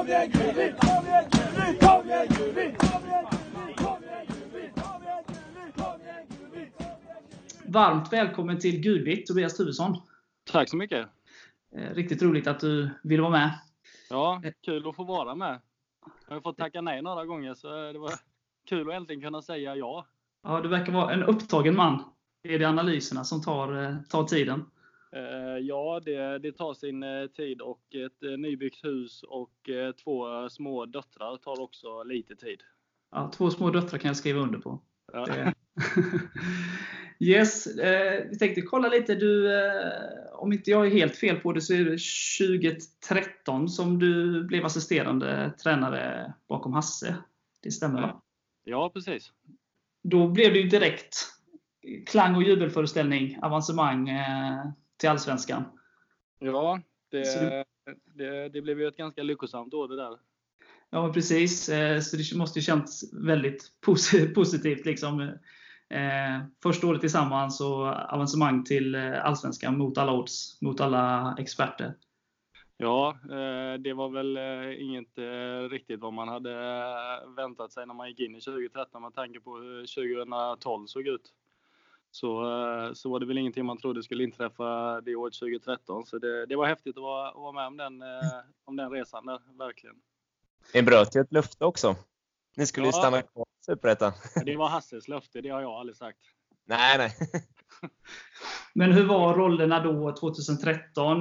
igen Gulvitt! Kom igen Gulvitt! Kom igen Gulvitt! Kom igen Gulvitt! Kom igen Gulvitt! Varmt välkommen till Gulvitt, Tobias Tuvesson. Tack så mycket. Riktigt roligt att du vill vara med. Ja, kul att få vara med. Jag har fått tacka nej några gånger, så det var kul att äntligen kunna säga ja. Ja, du verkar vara en upptagen man. Är det analyserna som tar tiden? Ja, det tar sin tid, och ett nybyggt hus och 2 små döttrar tar också lite tid. Ja, 2 små döttrar kan jag skriva under på. Ja. Yes, vi tänkte kolla lite. Du, om inte jag är helt fel på det, så är det 2013 som du blev assisterande tränare bakom Hasse. Det stämmer, va? Ja, precis. Då blev det ju direkt klang- och jubelföreställning, avancemang till Allsvenskan. Ja, det blev ju ett ganska lyckosamt år det där. Ja, precis. Så det måste ju känts väldigt positivt. Liksom. Första året tillsammans och avancemang till Allsvenskan mot alla odds, mot alla experter. Ja, det var väl inget riktigt vad man hade väntat sig när man gick in i 2013. Man tänker på hur 2012 såg ut. Så var det väl ingenting man trodde skulle inträffa det året 2013. Så det var häftigt att vara med om den resan där, verkligen. Ni bröt ju ett löfte också. Ni skulle ju stanna kvar i Superettan. Det var Hasses löfte, det har jag aldrig sagt. Nej. Men hur var rollerna då 2013?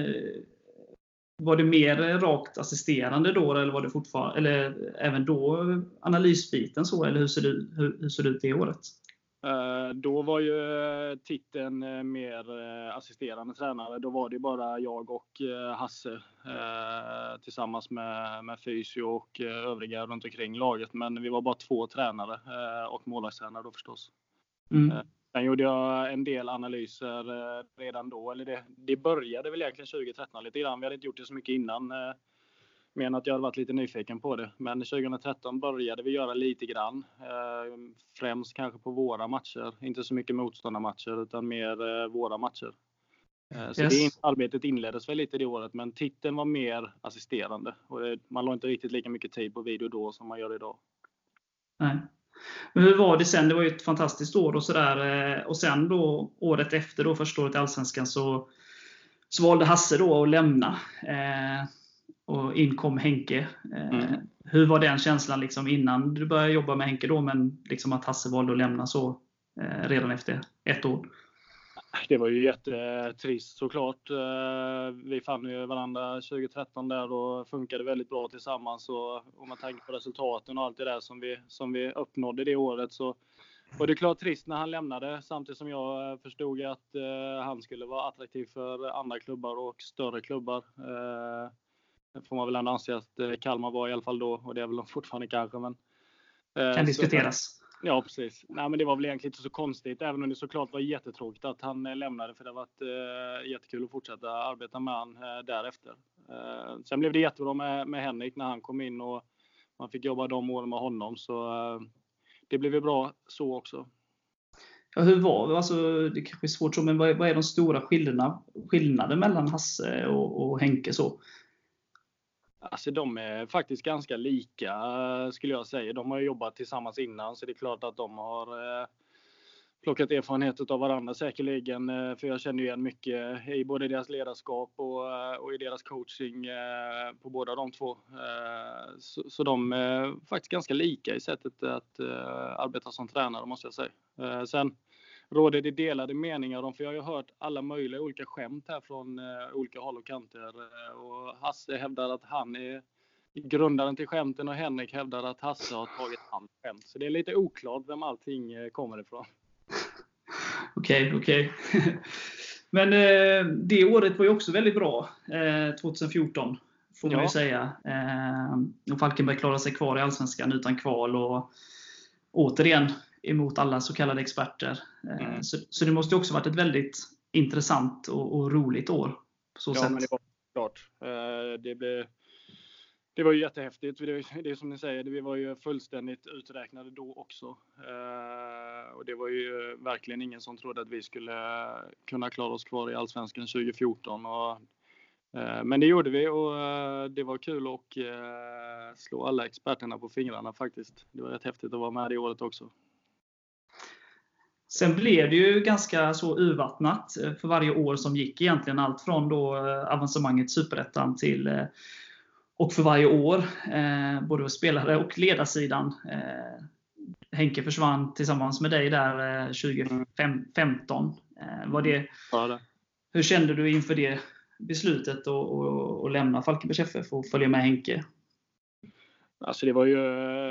Var det mer rakt assisterande då, eller var det fortfarande, eller även då analysbiten så, eller hur ser det ut det året? Då var ju titeln mer assisterande tränare. Då var det bara jag och Hasse tillsammans med fysio och övriga runt omkring laget. Men vi var bara 2 tränare och målvaktstränare då förstås. Sen gjorde jag en del analyser redan då. Eller det började väl egentligen 2013 lite grann. Vi hade inte gjort det så mycket innan. Men att jag hade varit lite nyfiken på det. Men 2013 började vi göra lite grann. Främst kanske på våra matcher. Inte så mycket motståndarmatcher, utan mer våra matcher. Så det arbetet inleddes väl lite det året. Men titeln var mer assisterande. Och man la inte riktigt lika mycket tid på video då som man gör idag. Nej. Men hur var det sen? Det var ju ett fantastiskt år och sådär. Och sen då, året efter, då, första året i Allsvenskan, så valde Hasse då att lämna. Och in kom Henke. Hur var den känslan liksom innan du började jobba med Henke då, men liksom att Hasse valde att lämna så redan efter 1 år? Det var ju jättetrist såklart. Vi fann ju varandra 2013 där och funkade väldigt bra tillsammans. Och om man tänker på resultaten och allt det där som vi uppnådde det året, så var det klart trist när han lämnade. Samtidigt som jag förstod att han skulle vara attraktiv för andra klubbar och större klubbar. Får man väl ändå anse att Kalmar var i alla fall då. Och det är väl fortfarande kanske. Men, kan diskuteras. Ja, precis. Nej, men det var väl egentligen inte så konstigt. Även om det såklart var jättetråkigt att han lämnade. För det har varit jättekul att fortsätta arbeta med han därefter. Sen blev det jättebra med Henrik när han kom in. Och man fick jobba de åren med honom. Så det blev ju bra så också. Ja, hur var det? Alltså, det kanske är svårt så, men vad är de stora skillnader mellan Hasse och Henke så? Alltså de är faktiskt ganska lika skulle jag säga. De har jobbat tillsammans innan, så det är klart att de har plockat erfarenhet av varandra säkerligen. För jag känner ju igen mycket i både deras ledarskap och i deras coaching på båda de två. Så de är faktiskt ganska lika i sättet att arbeta som tränare, måste jag säga. Sen råder det delade meningar om, för jag har ju hört alla möjliga olika skämt här från olika håll och kanter. Och Hasse hävdar att han är grundaren till skämten och Henrik hävdar att Hasse har tagit hans skämt. Så det är lite oklart vem allting kommer ifrån. Okej. Men det året var ju också väldigt bra, 2014 får man ju säga. Och Falkenberg klarade sig kvar i Allsvenskan utan kval och återigen emot alla så kallade experter. Så det måste ju också varit ett väldigt intressant och roligt år på så sätt. Men det var klart. Det var ju jättehäftigt. Det är som ni säger, vi var ju fullständigt uträknade då också. Och det var ju verkligen ingen som trodde att vi skulle kunna klara oss kvar i Allsvenskan 2014. Och Men det gjorde vi och det var kul att slå alla experterna på fingrarna faktiskt. Det var rätt häftigt att vara med det året också. Sen blev det ju ganska så urvattnat för varje år som gick egentligen. Allt från då avancemanget Superettan till och för varje år, både spelare och ledarsidan. Henke försvann tillsammans med dig där 2015. Hur kände du inför det beslutet att lämna Falkenbergs FF och följa med Henke? Alltså det var ju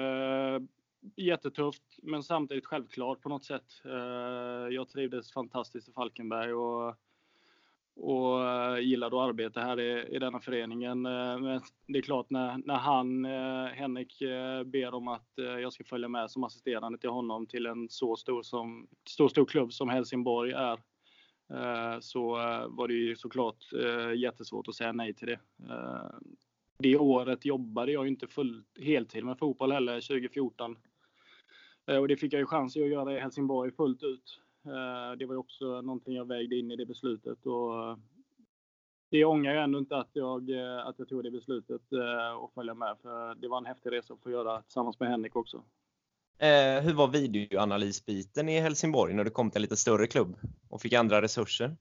jättetufft, men samtidigt självklart på något sätt. Jag trivdes fantastiskt i Falkenberg och gillade att arbeta här i denna föreningen. Men det är klart när Henrik ber om att jag ska följa med som assisterande till honom till en så stor klubb som Helsingborg är, så var det ju såklart jättesvårt att säga nej till det. Det året jobbade jag inte heltid med fotboll heller, 2014. Och det fick jag ju chans att göra i Helsingborg fullt ut. Det var ju också någonting jag vägde in i det beslutet. Och det ångrar jag ändå inte att jag tog det beslutet och följa med. För det var en häftig resa att få göra tillsammans med Henrik också. Hur var videoanalysbiten i Helsingborg när du kom till en lite större klubb och fick andra resurser?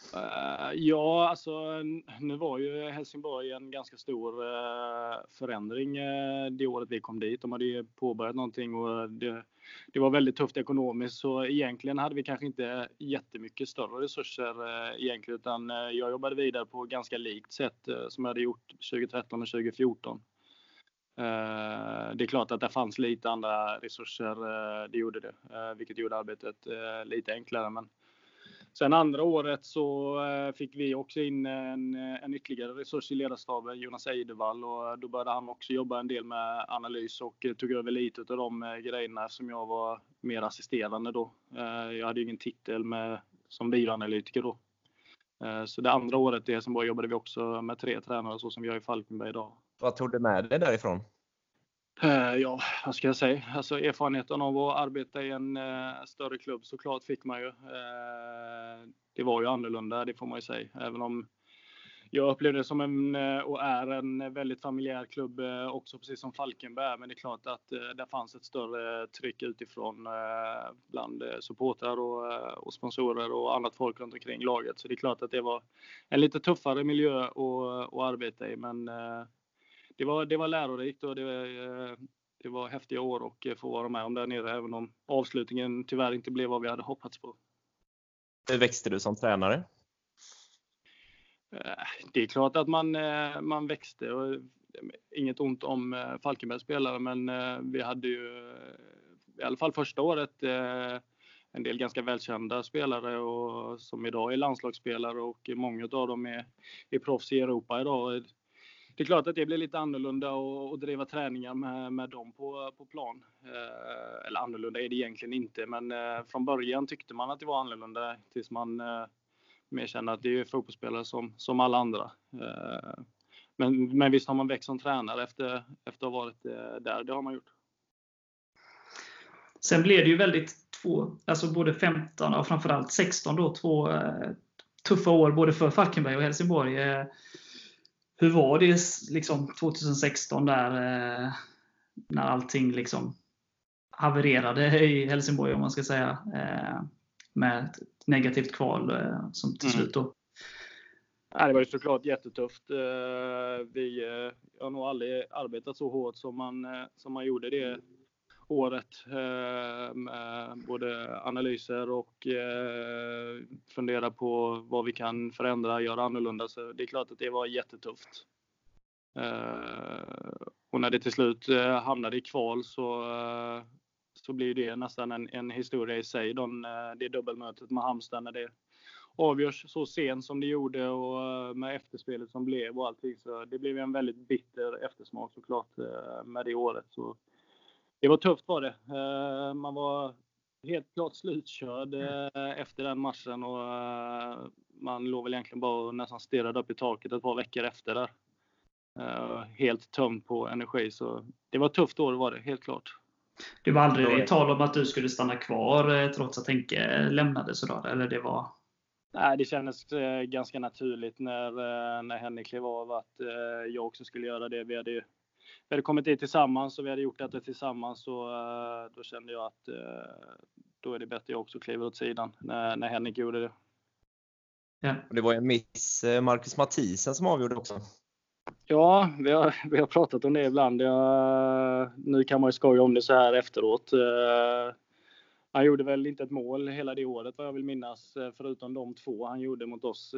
Ja, alltså nu var ju Helsingborg en ganska stor förändring det året vi kom dit. De hade ju påbörjat någonting och det var väldigt tufft ekonomiskt, så egentligen hade vi kanske inte jättemycket större resurser egentligen, utan jag jobbade vidare på ganska likt sätt som jag hade gjort 2013 och 2014. Det är klart att det fanns lite andra resurser, det gjorde det, vilket gjorde arbetet lite enklare, men sen andra året så fick vi också in en ytterligare resurs i ledarstaben, Jonas Eidevall, och då började han också jobba en del med analys och tog över lite av de grejerna som jag var mer assisterande då. Jag hade ju ingen titel som bioanalytiker då. Så det andra året i Helsingborg jobbade vi också med 3 tränare så som vi har i Falkenberg idag. Vad tog du med dig därifrån? Ja, vad ska jag säga? Alltså erfarenheten av att arbeta i en större klubb såklart fick man ju. Det var ju annorlunda, det får man ju säga. Även om jag upplevde det som och är en väldigt familjär klubb också, precis som Falkenberg. Men det är klart att det fanns ett större tryck utifrån bland supportrar och sponsorer och annat folk runt omkring laget. Så det är klart att det var en lite tuffare miljö att arbeta i, men det var lärorikt och det var häftiga år och få vara med om där nere, även om avslutningen tyvärr inte blev vad vi hade hoppats på. Hur växte du som tränare? Det är klart att man växte, och inget ont om Falkenbergs spelare, men vi hade ju i alla fall första året en del ganska välkända spelare och som idag är landslagsspelare, och många av dem är proffs i Europa idag. Det är klart att det blir lite annorlunda att driva träningar med dem på plan. Eller annorlunda är det egentligen inte, men från början tyckte man att det var annorlunda tills man mer känner att det är fotbollsspelare som alla andra. Men visst har man växt som tränare efter att ha varit där, det har man gjort. Sen blev det ju väldigt både 15 och framförallt 16 då, 2 tuffa år både för Falkenberg och Helsingborg. Hur var det liksom 2016 där när allting liksom havererade i Helsingborg, om man ska säga, med ett negativt kval som till slut då? Det var ju såklart jättetufft. Vi har nog aldrig arbetat så hårt som man gjorde det året, med både analyser och fundera på vad vi kan förändra, göra annorlunda. Så det är klart att det var jättetufft. Och när det till slut hamnade i kval så blir det nästan en historia i sig. Det dubbelmötet med Halmstad, när det avgörs så sent som det gjorde och med efterspelet som blev och allting, så det blev en väldigt bitter eftersmak såklart med det året. Så det var tufft var det. Man var helt klart slutkörd efter den matchen, och man låg väl egentligen bara nästan stirrade upp i taket ett par veckor efter där. Helt tömd på energi, så det var tufft år var det, helt klart. Det var aldrig tal om att du skulle stanna kvar trots att Henke lämnade sådär, eller det var? Nej, det kändes ganska naturligt när Henrik klev av att jag också skulle göra det. Vi hade kommit dit tillsammans och vi hade gjort detta tillsammans. Så då kände jag att då är det bättre jag också kliver åt sidan när Henrik gjorde det. Ja. Och det var en miss Marcus Mathisen som avgjorde också. Ja, vi har pratat om det ibland. Nu kan man ju skoja om det så här efteråt. Han gjorde väl inte ett mål hela det året vad jag vill minnas. Förutom de 2 han gjorde mot oss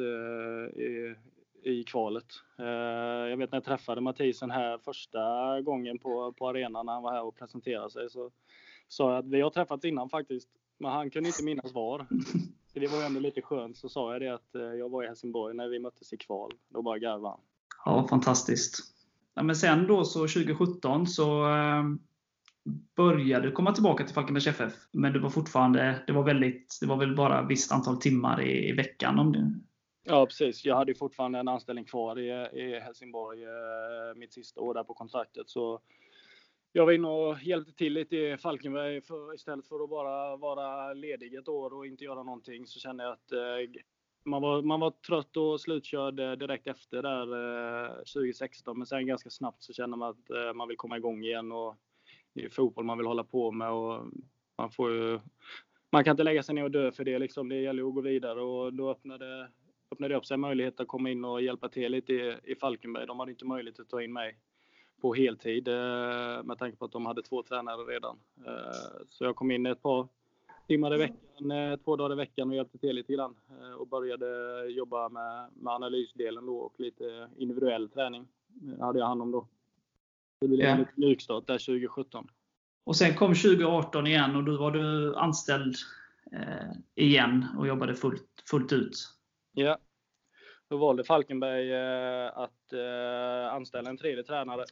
i kvalet. Jag vet när jag träffade Mathisen här första gången på arenan när han var här och presenterade sig. Så sa jag att vi har träffats innan faktiskt. Men han kunde inte minnas var. Så det var ju ändå lite skönt. Så sa jag det att jag var i Helsingborg när vi möttes i kval. Då bara garvade han. Ja, fantastiskt. Ja, men sen då så 2017 så började du komma tillbaka till Falkenbergs FF. Men det var fortfarande, det var väl bara ett visst antal timmar i veckan om det. Ja, precis. Jag hade fortfarande en anställning kvar i Helsingborg mitt sista år där på kontraktet. Så jag var inne och hjälpte till lite i Falkenberg istället för att bara vara ledig ett år och inte göra någonting. Så kände jag att man var trött och slutkörd direkt efter där 2016. Men sen ganska snabbt så kände man att man vill komma igång igen. Och det är fotboll man vill hålla på med. Och man kan inte lägga sig ner och dö för det. Liksom. Det gäller att gå vidare. Och då öppnade upp sig möjlighet att komma in och hjälpa till lite i Falkenberg. De hade inte möjlighet att ta in mig på heltid med tanke på att de hade 2 tränare redan. Så jag kom in ett par timmar i veckan, 2 dagar i veckan och hjälpte till lite grann. Och började jobba med analysdelen då och lite individuell träning hade jag hand om då. Det blev en lite mjukstart där 2017. Och sen kom 2018 igen och då var du anställd igen och jobbade fullt ut. Ja, då valde Falkenberg att anställa en 3:e tränare.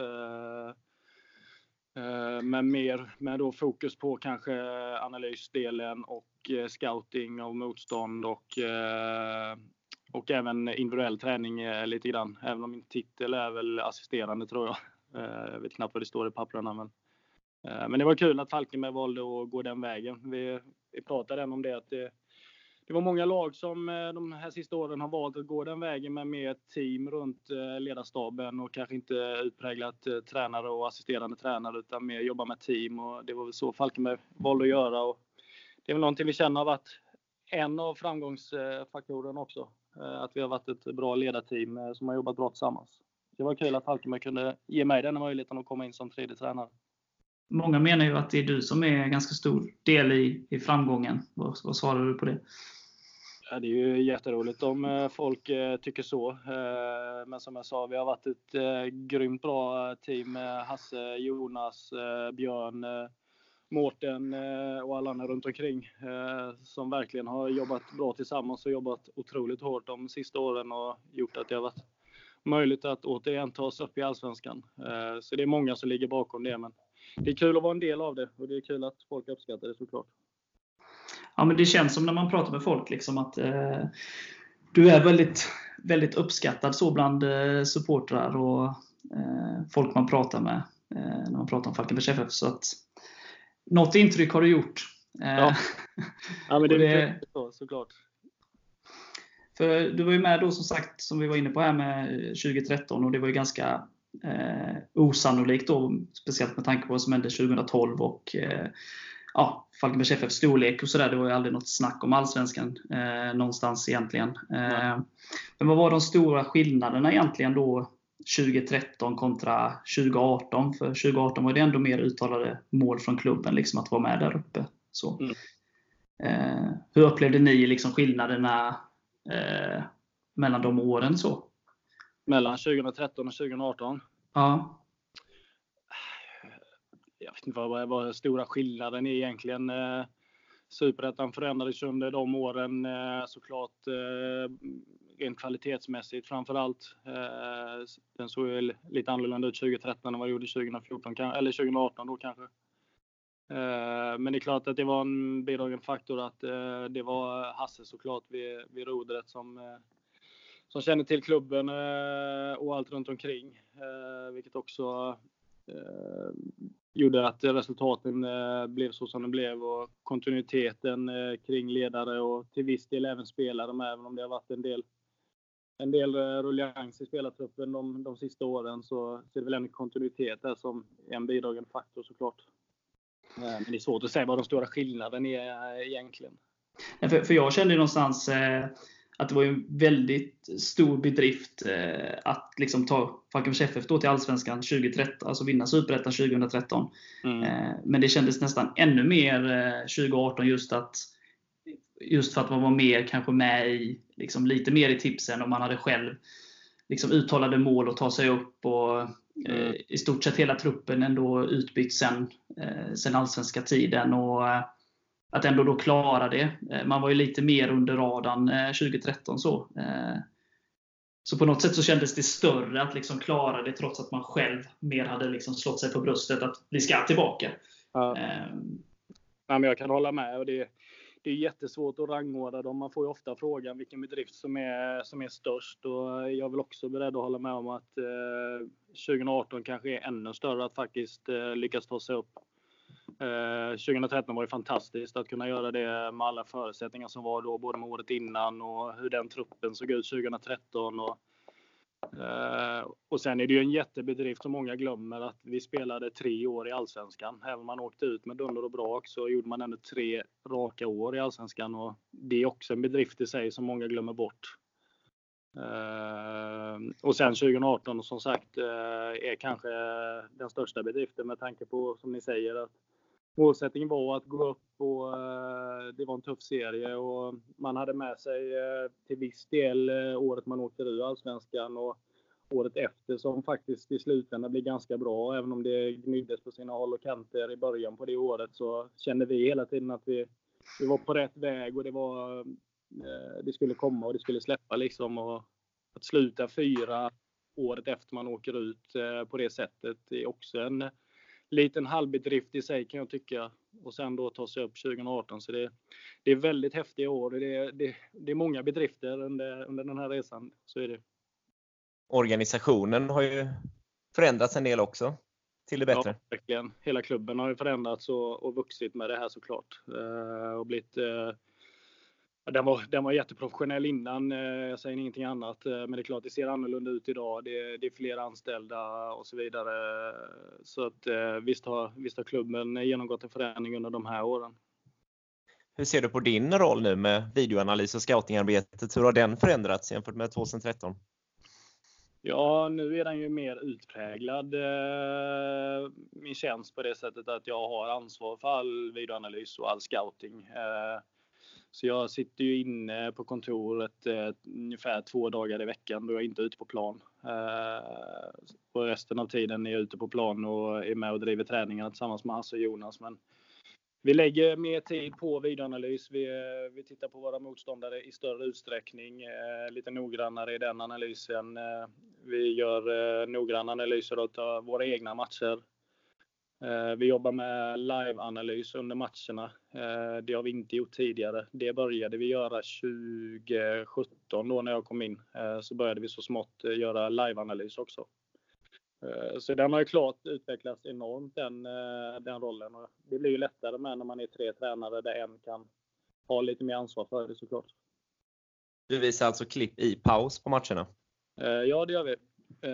Med då fokus på kanske analysdelen och scouting av motstånd och även individuell träning lite grann. Även om min titel är väl assisterande tror jag. Jag vet knappt vad det står i papperna. Men det var kul att Falkenberg valde att gå den vägen. Vi pratade om det att det var många lag som de här sista åren har valt att gå den vägen med mer team runt ledarstaben och kanske inte utpräglat tränare och assisterande tränare utan mer jobba med team och det var väl så Falkenberg valde att göra och det är väl någonting vi känner har varit en av framgångsfaktorerna också. Att vi har varit ett bra ledarteam som har jobbat bra tillsammans. Det var kul att Falkenberg kunde ge mig den möjligheten att komma in som 3:e tränare. Många menar ju att det är du som är en ganska stor del i framgången. Vad svarar du på det? Ja, det är ju jätteroligt om folk tycker så. Men som jag sa, vi har varit ett grymt bra team med Hasse, Jonas, Björn, Mårten och alla andra runt omkring. Som verkligen har jobbat bra tillsammans och jobbat otroligt hårt de sista åren och gjort att det har varit möjligt att återigen ta oss upp i Allsvenskan. Så det är många som ligger bakom det, men det är kul att vara en del av det och det är kul att folk uppskattar det såklart. Ja, men det känns som när man pratar med folk liksom att du är väldigt, väldigt uppskattad så bland supportrar och folk man pratar med när man pratar om Falkenbergs FF. Så att något intryck har du gjort. Ja, men det är så, såklart. För du var ju med då som sagt, som vi var inne på här med 2013 och det var ju ganska osannolikt då, speciellt med tanke på vad som hände 2012 och Falkenbergs FF storlek och sådär. Det var ju aldrig något snack om Allsvenskan någonstans egentligen. Men vad var de stora skillnaderna egentligen då 2013 kontra 2018? För 2018 var det ändå mer uttalade mål från klubben liksom att vara med där uppe. Så. Hur upplevde ni liksom skillnaderna mellan de åren så? Mellan 2013 och 2018? Ja. Jag vet inte vad stora skillnaden är egentligen. Superettan förändrades under de åren såklart rent kvalitetsmässigt framförallt. Den såg ju lite annorlunda ut 2013 än vad det gjorde 2014 eller 2018 då kanske. Men det är klart att det var en bidragande faktor att det var Hasse såklart vid rodret som kände till klubben och allt runt omkring. Vilket också gjorde att resultaten blev så som det blev, och kontinuiteten kring ledare och till viss del även spelare med, även om det har varit en del ruljans i spelartruppen de sista åren, så är det väl en kontinuitet där som är en bidragande faktor såklart. Men det är svårt att säga vad den stora skillnaden är egentligen. För jag kände någonstans att det var en väldigt stor bedrift att liksom ta Falkenbergs FF då till Allsvenskan 2013, alltså vinna Superettan 2013. Men det kändes nästan ännu mer 2018 just för att man var mer kanske med i liksom lite mer i tipsen, och man hade själv liksom uttalade mål att ta sig upp, och i stort sett hela truppen ändå utbytt sen allsvenska tiden, och att ändå då klara det. Man var ju lite mer under radarn 2013 så. Så på något sätt så kändes det större att liksom klara det, trots att man själv mer hade liksom slått sig på bröstet att vi ska tillbaka. Ja. Men jag kan hålla med, och det är jättesvårt att rangordna dem. Man får ju ofta frågan vilken bedrift som är störst, och jag är väl också beredd att hålla med om att 2018 kanske är ännu större att faktiskt lyckas ta sig upp. 2013 var det fantastiskt att kunna göra det med alla förutsättningar som var då, både med året innan och hur den truppen såg ut 2013. Och sen är det ju en jättebedrift som många glömmer, att vi spelade 3 år i Allsvenskan. Även om man åkte ut med dunder och brak så gjorde man ändå 3 raka år i Allsvenskan, och det är också en bedrift i sig som många glömmer bort. Och sen 2018 som sagt är kanske den största bedriften, med tanke på, som ni säger, att målsättningen var att gå upp, och det var en tuff serie, och man hade med sig till viss del året man åkte ur Allsvenskan och året efter, som faktiskt i slutändan blev ganska bra. Även om det gnyddes på sina håll och kanter i början på det året, så kände vi hela tiden att vi var på rätt väg, och det skulle komma och det skulle släppa liksom. Och att sluta 4 året efter man åker ut på det sättet är också en liten halvbedrift i sig, kan jag tycka. Och sen då ta sig upp 2018. Så det är väldigt häftiga år. Det är många bedrifter under den här resan. Så är det. Organisationen har ju förändrats en del också till det bättre. Ja, verkligen. Hela klubben har ju förändrats och vuxit med det här såklart. Och blivit... Den var jätteprofessionell innan, jag säger ingenting annat. Men det är klart, det ser annorlunda ut idag. Det är fler anställda och så vidare. Så att visst har klubben genomgått en förändring under de här åren. Hur ser du på din roll nu med videoanalys och scoutingarbetet? Hur har den förändrats jämfört med 2013? Ja, nu är den ju mer utpräglad, min tjänst, på det sättet att jag har ansvar för all videoanalys och all scouting. Så jag sitter ju inne på kontoret ungefär 2 dagar i veckan då jag inte är ute på plan. Och resten av tiden är jag ute på plan och är med och driver träningarna tillsammans med Hasse och Jonas. Men vi lägger mer tid på videoanalys. Vi tittar på våra motståndare i större utsträckning. Lite noggrannare i den analysen. Vi gör noggranna analyser av våra egna matcher. Vi jobbar med live-analys under matcherna. Det har vi inte gjort tidigare. Det började vi göra 2017 då när jag kom in. Så började vi så smått göra live-analys också. Så den har ju klart utvecklats enormt, den rollen. Och det blir ju lättare med när man är 3 tränare där en kan ha lite mer ansvar för det såklart. Du visar alltså klipp i paus på matcherna? Ja, det gör vi.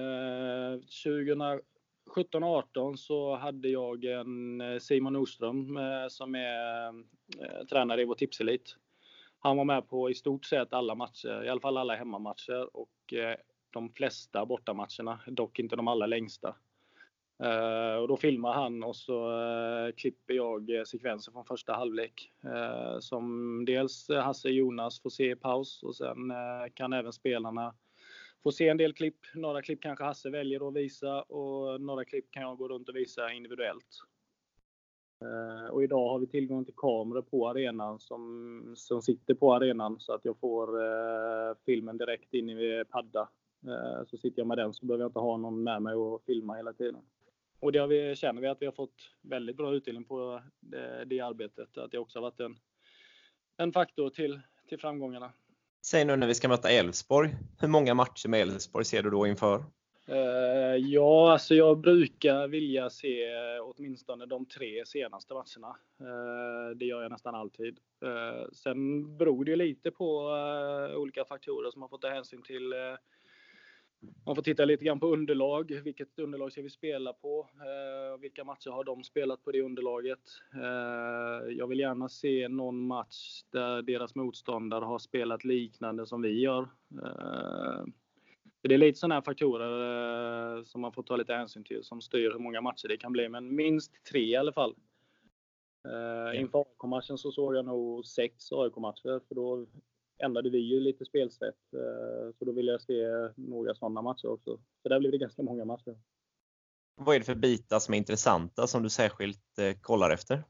2017-18 så hade jag en Simon Nordström som är tränare i vår tipselit. Han var med på i stort sett alla matcher, i alla fall alla hemmamatcher och de flesta bortamatcherna, dock inte de allra längsta. Och då filmar han och så klipper jag sekvenser från första halvlek som dels Hasse och Jonas får se i paus, och sen kan även spelarna få se en del klipp. Några klipp kanske Hasse väljer att visa och några klipp kan jag gå runt och visa individuellt. Och idag har vi tillgång till kameror på arenan som sitter på arenan, så att jag får filmen direkt in i padda. Så sitter jag med den, så behöver jag inte ha någon med mig och filma hela tiden. Och det känner vi att vi har fått väldigt bra utdelning på det arbetet. Att det också har varit en faktor till framgångarna. Säg nu när vi ska möta Elfsborg. Hur många matcher med Elfsborg ser du då inför? Ja, alltså jag brukar vilja se åtminstone de 3 senaste matcherna. Det gör jag nästan alltid. Sen beror det ju lite på olika faktorer som man får ta hänsyn till. Man får titta lite grann på underlag. Vilket underlag ska vi spela på? Vilka matcher har de spelat på det underlaget? Jag vill gärna se någon match där deras motståndare har spelat liknande som vi gör. Det är lite sådana här faktorer som man får ta lite hänsyn till som styr hur många matcher det kan bli. Men minst 3 i alla fall. Inför AIK-matchen så såg jag nog 6 AIK-matcher. För då ändrade vi ju lite spelsätt. Så då vill jag se några sådana matcher också. Så där blir det ganska många matcher. Vad är det för bitar som är intressanta som du särskilt kollar efter?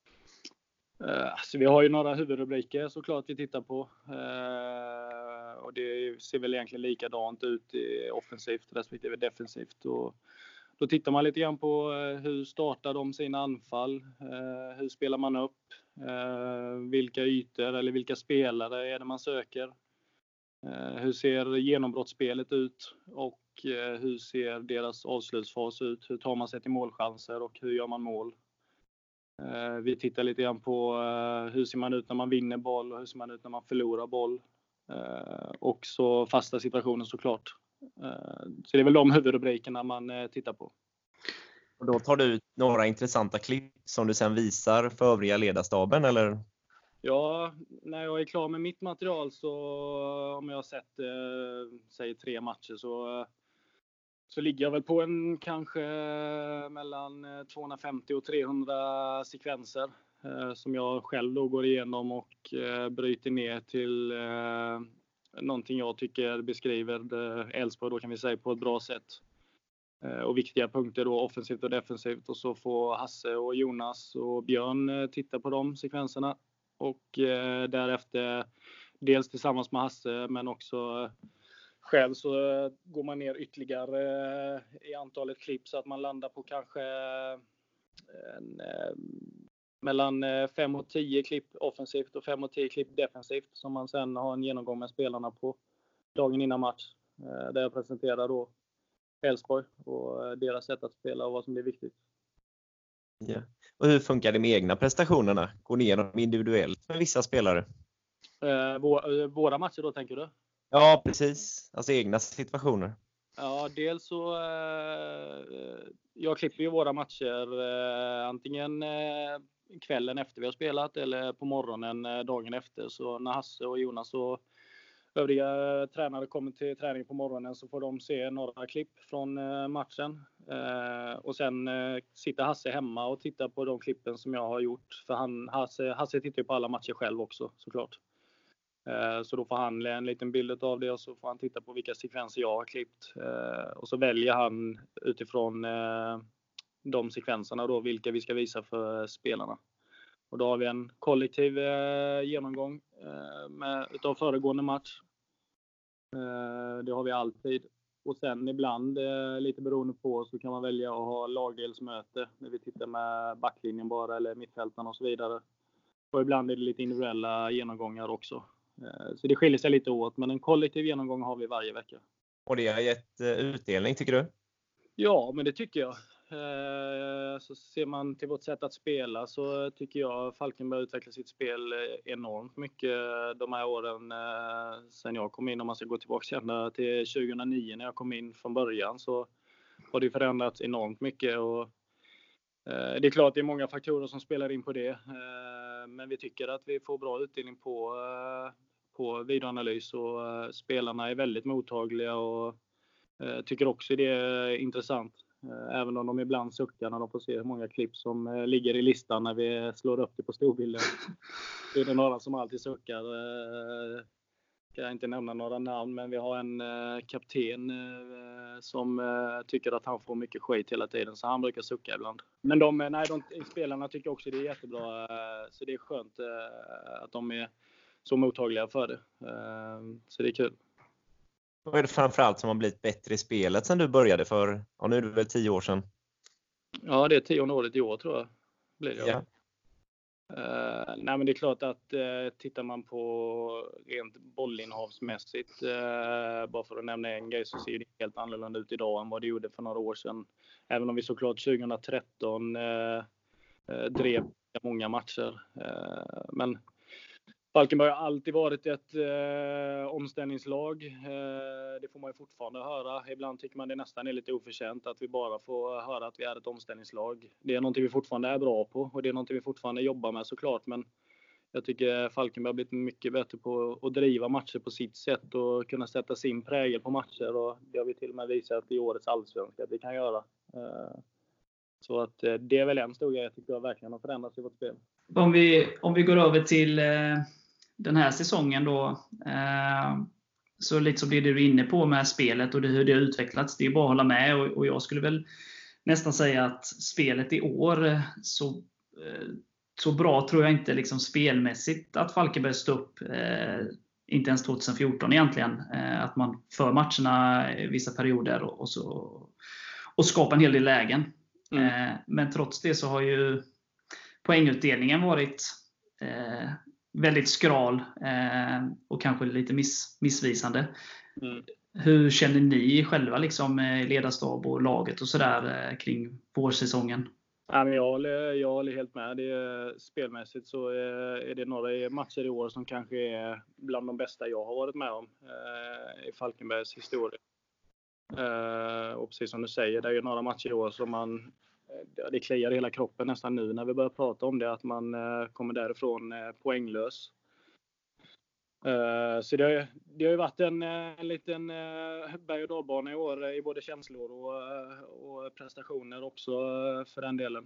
Så vi har ju några huvudrubriker såklart vi tittar på. Och det ser väl egentligen likadant ut i offensivt respektive defensivt. Och då tittar man lite grann på hur startar de sina anfall. Hur spelar man upp. Vilka ytor eller vilka spelare är det man söker. Hur ser genombrottsspelet ut. Och hur ser deras avslutsfas ut. Hur tar man sig till målchanser och hur gör man mål. Vi tittar lite grann på hur ser man ut när man vinner boll och hur ser man ut när man förlorar boll. Och så fasta situationer såklart. Så det är väl de huvudrubrikerna man tittar på. Och då tar du ut några intressanta klipp som du sen visar för övriga ledarstaben, eller? Ja, när jag är klar med mitt material så om jag har sett säg 3 matcher så ligger jag väl på en kanske mellan 250 och 300 sekvenser som jag själv då går igenom och bryter ner till någonting jag tycker beskriver Elfsborg då kan vi säga på ett bra sätt. Och viktiga punkter då offensivt och defensivt, och så får Hasse och Jonas och Björn titta på de sekvenserna och därefter dels tillsammans med Hasse men också själv så går man ner ytterligare i antalet klipp så att man landar på kanske mellan 5 och 10 klipp offensivt och 5 och 10 klipp defensivt som man sen har en genomgång med spelarna på dagen innan match. Där jag presenterar då Elfsborg och deras sätt att spela och vad som blir viktigt. Ja. Och hur funkar det med egna prestationerna? Går ni igenom individuellt med vissa spelare? Våra matcher då tänker du? Ja, precis. Alltså egna situationer. Ja, dels så jag klipper ju våra matcher antingen kvällen efter vi har spelat eller på morgonen dagen efter. Så när Hasse och Jonas och övriga tränare kommer till träning på morgonen så får de se några klipp från matchen. Och sen sitter Hasse hemma och tittar på de klippen som jag har gjort. För Hasse tittar ju på alla matcher själv också såklart. Så då får han en liten bild av det och så får han titta på vilka sekvenser jag har klippt. Och så väljer han utifrån de sekvenserna då vilka vi ska visa för spelarna. Och då har vi en kollektiv genomgång utav föregående match. Det har vi alltid. Och sen ibland, lite beroende på, så kan man välja att ha lagdelsmöte när vi tittar med backlinjen bara eller mittfältarna och så vidare. Och ibland är det lite individuella genomgångar också. Så det skiljer sig lite åt, men en kollektiv genomgång har vi varje vecka. Och det har gett utdelning, tycker du? Ja, men det tycker jag. Så ser man till vårt sätt att spela så tycker jag Falkenberg utvecklar sitt spel enormt mycket de här åren sen jag kom in. Om man ska gå tillbaka ända till 2009 när jag kom in från början så har det förändrats enormt mycket. Och det är klart att det är många faktorer som spelar in på det. Men vi tycker att vi får bra utdelning på videoanalys och spelarna är väldigt mottagliga och tycker också det är intressant. Även om de ibland suckar när de får se hur många klipp som ligger i listan när vi slår upp det på storbilden. Det är det några som alltid suckar. Kan jag inte nämna några namn, men vi har en kapten som tycker att han får mycket skit hela tiden. Så han brukar sucka ibland. Men spelarna tycker också det är jättebra. Så det är skönt att de är så mottagliga för det. Så det är kul. Vad är det framförallt som har blivit bättre i spelet sen du började för, nu är det väl 10 år sedan? Ja, det är 10:e året i år tror jag. Blir det. Ja. Nej, men det är klart att tittar man på rent bollinnehavsmässigt, bara för att nämna en grej, så ser det helt annorlunda ut idag än vad det gjorde för några år sedan. Även om vi såklart 2013 drev många matcher. Men Falkenberg har alltid varit ett omställningslag. Det får man ju fortfarande höra. Ibland tycker man det nästan är lite oförtjänt att vi bara får höra att vi är ett omställningslag. Det är någonting vi fortfarande är bra på och det är någonting vi fortfarande jobbar med såklart. Men jag tycker Falkenberg har blivit mycket bättre på att driva matcher på sitt sätt och kunna sätta sin prägel på matcher. Och det har vi till och med visat i årets allsvenska att vi kan göra. Så att det är väl en stor grej jag tycker verkligen har förändrats i vårt spel. Om vi går över till den här säsongen då, så liksom det du är inne på med spelet och hur det har utvecklats, det är bara att hålla med, och jag skulle väl nästan säga att spelet i år så bra tror jag inte liksom spelmässigt att Falkenberg stod upp, inte ens 2014 egentligen, att man för matcherna i vissa perioder och skapar en hel del lägen. Men trots det så har ju poängutdelningen varit väldigt skral och kanske lite missvisande. Hur känner ni själva liksom, ledarstab och laget och sådär kring vårsäsongen? Ja, men jag håller helt med. Spelmässigt så är det några matcher i år som kanske är bland de bästa jag har varit med om i Falkenbergs historia. Och precis som du säger, det är ju några matcher i år som det kliar i hela kroppen nästan nu när vi börjar prata om det, att man kommer därifrån poänglös. Så det har ju varit en liten berg- och dalbana i år i både känslor och prestationer också för den delen.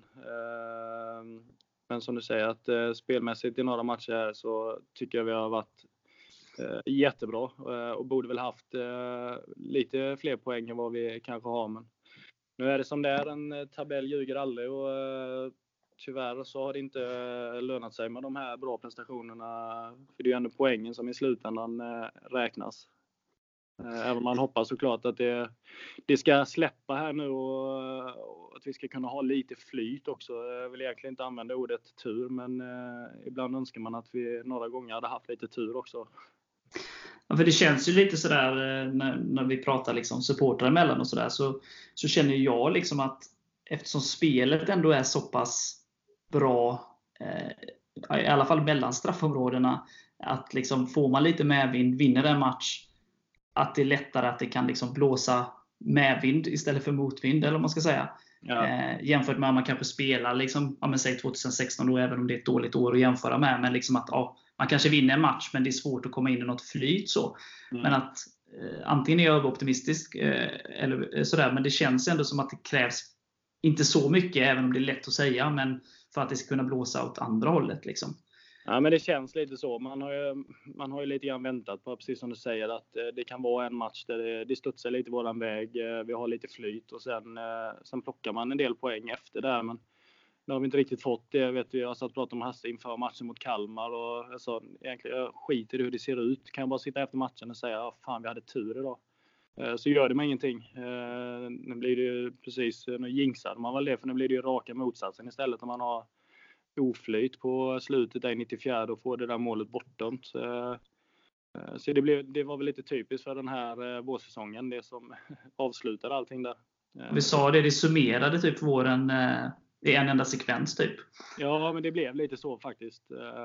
Men som du säger, att spelmässigt i några matcher här så tycker jag vi har varit jättebra och borde väl haft lite fler poäng än vad vi kanske har. Men nu är det som det är, en tabell ljuger aldrig och tyvärr så har det inte lönat sig med de här bra prestationerna. För det är ju ändå poängen som i slutändan räknas. Även om man hoppas såklart att det ska släppa här nu och att vi ska kunna ha lite flyt också. Jag vill egentligen inte använda ordet tur, men ibland önskar man att vi några gånger hade haft lite tur också. Ja, för det känns ju lite sådär när vi pratar liksom supportrar emellan och sådär, så känner jag liksom att eftersom spelet ändå är så pass bra, i alla fall mellan straffområdena, att liksom får man lite medvind, vinner en match, att det är lättare att det kan liksom blåsa medvind istället för motvind, eller vad man ska säga. Ja. Jämfört med att man kanske spelar liksom, ja, men säg 2016 då, även om det är ett dåligt år att jämföra med, men liksom att man kanske vinner en match, men det är svårt att komma in i något flyt så. Men att antingen är jag överoptimistisk eller sådär, men det känns ändå som att det krävs inte så mycket, även om det är lätt att säga, men för att det ska kunna blåsa åt andra hållet liksom. Ja, men det känns lite så. Man har ju lite grann väntat på, precis som du säger, att det kan vara en match där det studsar lite våran väg. Vi har lite flyt och sen plockar man en del poäng efter där. Men nu har vi inte riktigt fått det. Jag vet, jag har satt och pratat om Hasse inför matchen mot Kalmar och egentligen jag skiter i hur det ser ut. Kan jag bara sitta efter matchen och säga, fan vi hade tur idag. Så gör det med ingenting. Nu blir det ju precis, nu jinxade man väl det, för nu blir det ju raka motsatsen istället när man har oflyt på slutet där i 94 och får det där målet bortdömt. Så det var väl lite typiskt för den här vårsäsongen, det som avslutade allting där. Vi sa det summerade typ våren i en enda sekvens typ. Ja, men det blev lite så faktiskt.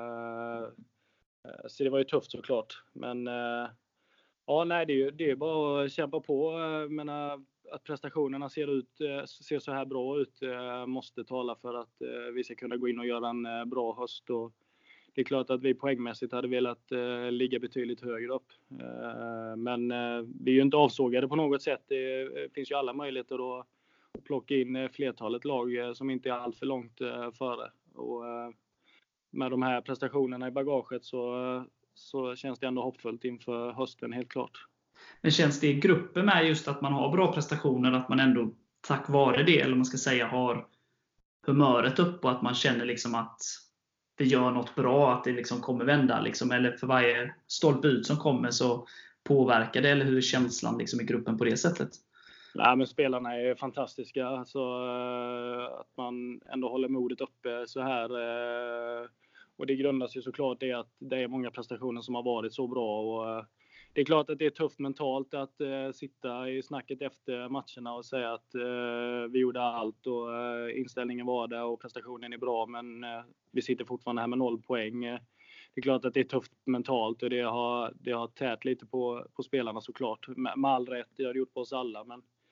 Så det var ju tufft såklart. Men ja, nej, det är bara att kämpa på. Men att prestationerna ser så här bra ut måste tala för att vi ska kunna gå in och göra en bra höst. Och det är klart att vi poängmässigt hade velat ligga betydligt högre upp. Men vi är ju inte avsågade på något sätt. Det finns ju alla möjligheter att plocka in flertalet lag som inte är allt för långt före. Och med de här prestationerna i bagaget så känns det ändå hoppfullt inför hösten, helt klart. Men känns det i gruppen med just att man har bra prestationer, att man ändå tack vare det, eller man ska säga, har humöret upp och att man känner liksom att vi gör något bra, att det liksom kommer vända liksom, eller för varje stolpe ut som kommer så påverkar det, eller hur är känslan liksom i gruppen på det sättet? Nej, men spelarna är fantastiska, så att man ändå håller modet uppe så här Och det grundas ju såklart i att det är många prestationer som har varit så bra. Och det är klart att det är tufft mentalt att sitta i snacket efter matcherna och säga att vi gjorde allt och inställningen var där och prestationen är bra, men vi sitter fortfarande här med 0 poäng. Det är klart att det är tufft mentalt och det har tärt lite på spelarna såklart. Med all rätt, det har det gjort på oss alla.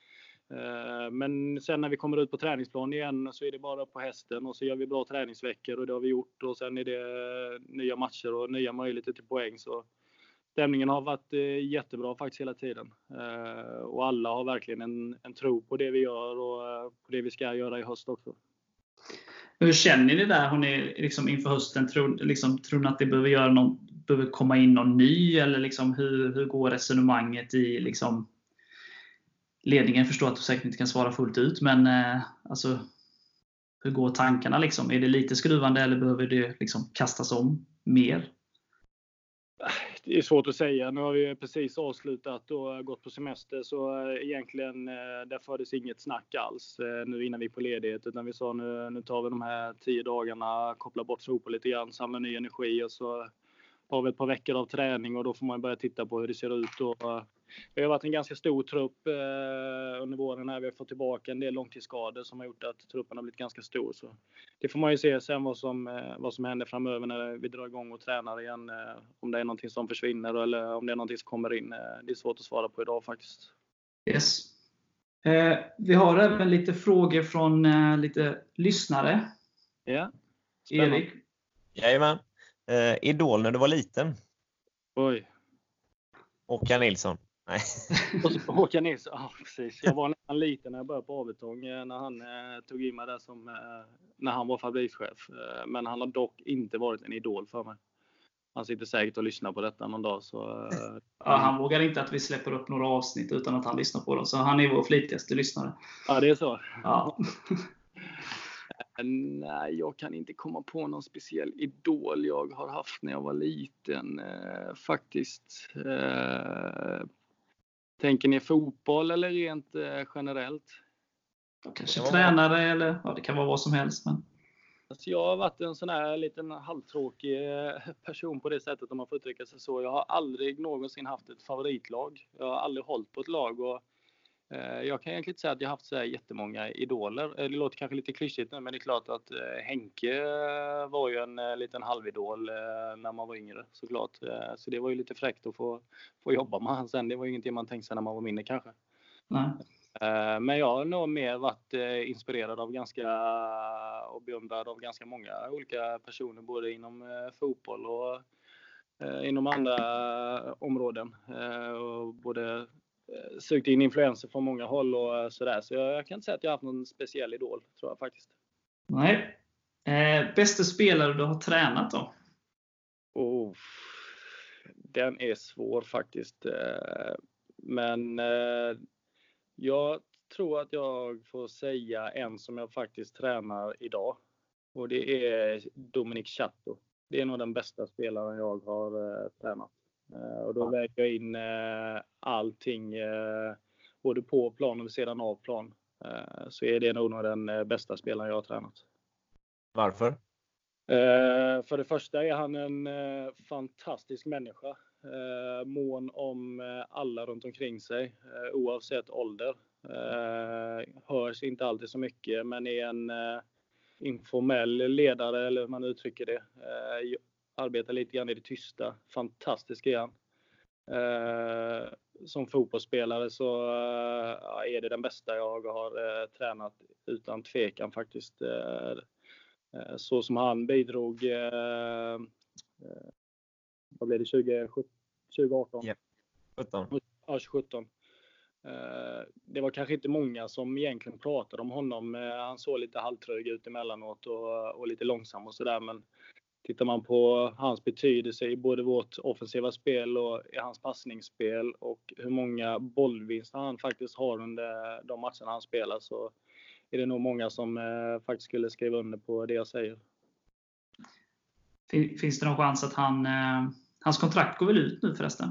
Men sen när vi kommer ut på träningsplan igen så är det bara på hästen och så gör vi bra träningsveckor och det har vi gjort. Och sen är det nya matcher och nya möjligheter till poäng. Så stämningen har varit jättebra faktiskt hela tiden. Och alla har verkligen en tro på det vi gör och på det vi ska göra i höst också. Hur känner ni där? Har ni liksom inför hösten tror ni att det behöver komma in någon ny? Eller liksom hur går resonemanget i liksom ledningen? Förstår att du säkert inte kan svara fullt ut, men alltså, hur går tankarna liksom? Är det lite skruvande eller behöver det liksom kastas om mer? Det är svårt att säga. Nu har vi precis avslutat och gått på semester, så egentligen där fördes inget snack alls nu innan vi på ledighet, utan vi sa nu tar vi de här 10 dagarna, kopplar bort fotboll lite grann, samlar ny energi och så har vi ett par veckor av träning och då får man börja titta på hur det ser ut. Och det har varit en ganska stor trupp under våren här. Vi har fått tillbaka en del långtidsskador som har gjort att truppen har blivit ganska stor. Så det får man ju se sen vad som händer framöver när vi drar igång och tränar igen. Om det är någonting som försvinner eller om det är någonting som kommer in. Det är svårt att svara på idag faktiskt. Yes. Vi har även lite frågor från lite lyssnare. Ja. Erik? Jajamän. Idol när du var liten? Oj. Håkan Nilsson? Nej. Håkan Nilsson, ja precis. Jag var nästan liten när jag började på Avitång när han tog in mig där när han var fabrikschef. Men han har dock inte varit en idol för mig. Han sitter säkert och lyssnar på detta någon dag. Så, ja, han vågar inte att vi släpper upp några avsnitt utan att han lyssnar på dem. Så han är vår flitigaste lyssnare. Ja, det är så. Ja. Nej, jag kan inte komma på någon speciell idol jag har haft när jag var liten. Faktiskt. Tänker ni fotboll eller rent generellt? Kanske tränare eller ja, det kan vara vad som helst. Men... Alltså, jag har varit en sån här liten halvtråkig person på det sättet om man får uttrycka sig så. Jag har aldrig någonsin haft ett favoritlag. Jag har aldrig hållit på ett lag och jag kan egentligen inte säga att jag har haft så här jättemånga idoler. Det låter kanske lite klyschigt nu, men det är klart att Henke var ju en liten halvidol när man var yngre såklart. Så det var ju lite fräckt att få jobba med han sen. Det var ju ingenting man tänkte sig när man var mindre kanske. Nej. Men jag har nog mer varit inspirerad av och beundrad av ganska många olika personer, både inom fotboll och inom andra områden. Och både sökt in influenser från många håll och sådär. Så jag kan inte säga att jag har haft någon speciell idol, tror jag faktiskt. Nej. Bästa spelare du har tränat då? Den är svår faktiskt. Men jag tror att jag får säga en som jag faktiskt tränar idag. Och det är Dominic Chatto. Det är nog den bästa spelaren jag har tränat. Och då väger jag in allting både på plan och vid sidan av plan. Så är det nog den bästa spelaren jag har tränat. Varför? För det första är han en fantastisk människa. Mån om alla runt omkring sig oavsett ålder. Hörs inte alltid så mycket, men är en informell ledare, eller hur man uttrycker det. Arbetar lite grann i det tysta. Fantastisk är han. Som fotbollsspelare så är det den bästa jag har tränat utan tvekan faktiskt. Så som han bidrog vad blev det, 2018? Yeah. 17. Ja, 2017. Det var kanske inte många som egentligen pratade om honom. Han såg lite halvtrög ut emellanåt och lite långsam och sådär, men tittar man på hans betydelse i både vårt offensiva spel och i hans passningsspel och hur många bollvinster han faktiskt har under de matcherna han spelar, så är det nog många som faktiskt skulle skriva under på det jag säger. Finns det någon chans att hans kontrakt går väl ut nu förresten?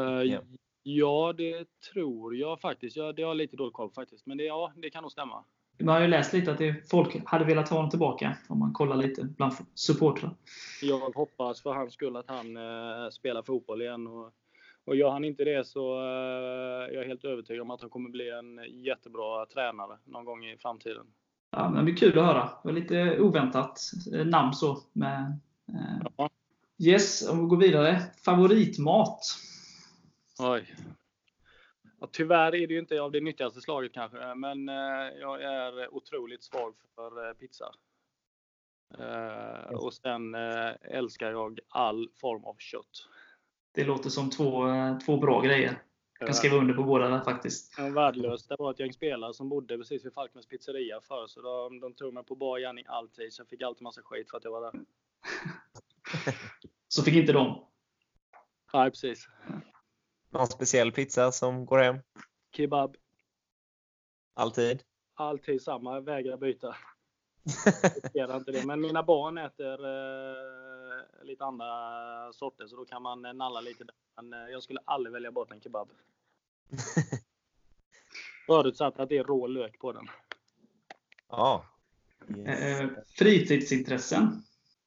Ja, det tror jag faktiskt. Det har lite dålig koll faktiskt. Men det kan nog stämma. Man har ju läst lite att folk hade velat ha honom tillbaka, om man kollar lite bland supportrar. Jag hoppas för hans skull att han spelar fotboll igen. Och gör han inte det så jag är helt övertygad om att han kommer bli en jättebra tränare någon gång i framtiden. Ja, men det blir kul att höra. Det var lite oväntat namn så. Med, Ja. Yes, om vi går vidare. Favoritmat? Oj. Ja, tyvärr är det ju inte av det nyttigaste slaget kanske. Men jag är otroligt svag för pizza. Och sen älskar jag all form av kött. Det låter som två bra grejer. Jag kan skriva under på båda där faktiskt. Ja, värdelöst. Det var ett gäng spelare som bodde precis vid Falknäs pizzeria förr. Så de tog mig på bar gärning alltid. Så jag fick alltid massa skit för att jag var där. Så fick inte de? Ja, precis. Någon speciell pizza som går hem? Kebab. Alltid? Alltid samma. Vägrar byta. Jag inte det. Men mina barn äter lite andra sorter. Så då kan man nalla lite där. Men jag skulle aldrig välja bort en kebab. Förutsatt att det är rå lök på den. Ja. Fritidsintressen?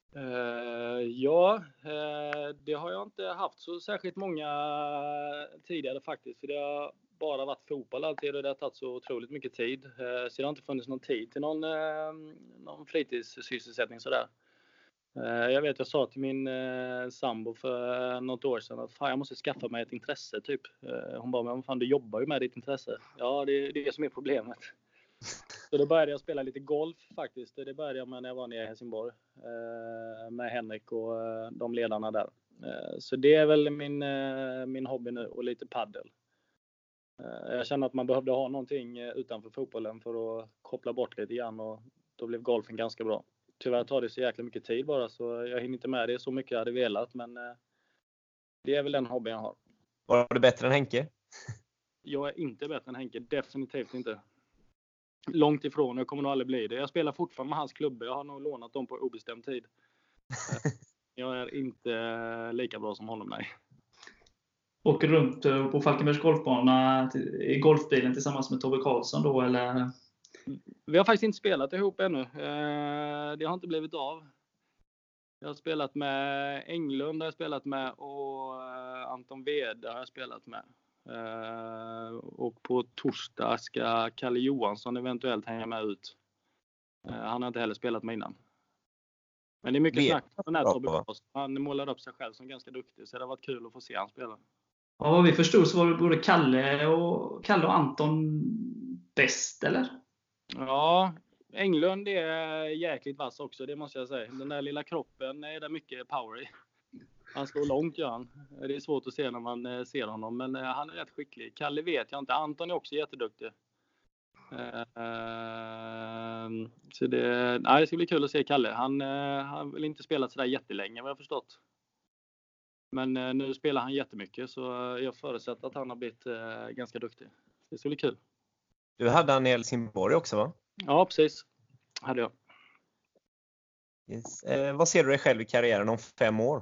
Det har jag inte haft så särskilt många tidigare faktiskt. För det har bara varit fotboll alltid och det har tagit så otroligt mycket tid. Så det har inte funnits någon tid till någon fritidssysselsättning sådär. Jag vet, jag sa till min sambo för något år sedan att fan, jag måste skaffa mig ett intresse typ. Hon bara, men fan, du jobbar ju med ditt intresse. Ja, det är det som är problemet. Så då började jag spela lite golf faktiskt. Det började jag med när jag var nere i Helsingborg. Med Henrik och de ledarna där. Så det är väl min hobby nu och lite paddel. Jag känner att man behövde ha någonting utanför fotbollen för att koppla bort lite grann och då blev golfen ganska bra. Tyvärr tar det så jäkla mycket tid bara så jag hinner inte med det så mycket jag hade velat men det är väl den hobby jag har. Var du bättre än Henke? Jag är inte bättre än Henke, definitivt inte. Långt ifrån, jag kommer nog aldrig bli det. Jag spelar fortfarande med hans klubbor, jag har nog lånat dem på obestämd tid. Jag är inte lika bra som honom, nej. Åker runt på Falkenbergs golfbana i golfbilen tillsammans med Tobbe Karlsson då, eller? Vi har faktiskt inte spelat ihop ännu. Det har inte blivit av. Jag har spelat med Englund, har jag spelat med och Anton Wede har jag spelat med. Och på torsdag ska Kalle Johansson eventuellt hänga med ut. Han har inte heller spelat med innan. Men det är mycket snack om den här Tobbe Karlsson. Han målar upp sig själv som ganska duktig så det har varit kul att få se han spela. Ja, vad vi förstod så var det både Kalle och Anton bäst, eller? Ja, Englund är jäkligt vass också, det måste jag säga. Den där lilla kroppen är det mycket power i. Han slår långt, gör han. Det är svårt att se när man ser honom, men han är rätt skicklig. Kalle vet jag inte. Anton är också jätteduktig. Så det ska bli kul att se Kalle. Han har väl inte spelat så där jättelänge, vad jag förstått. Men nu spelar han jättemycket, så jag förutsätter att han har blivit ganska duktig. Det ska bli kul. Du hade han i Helsingborg också, va? Ja, precis. Hade jag. Yes. Vad ser du dig själv i karriären om 5 år?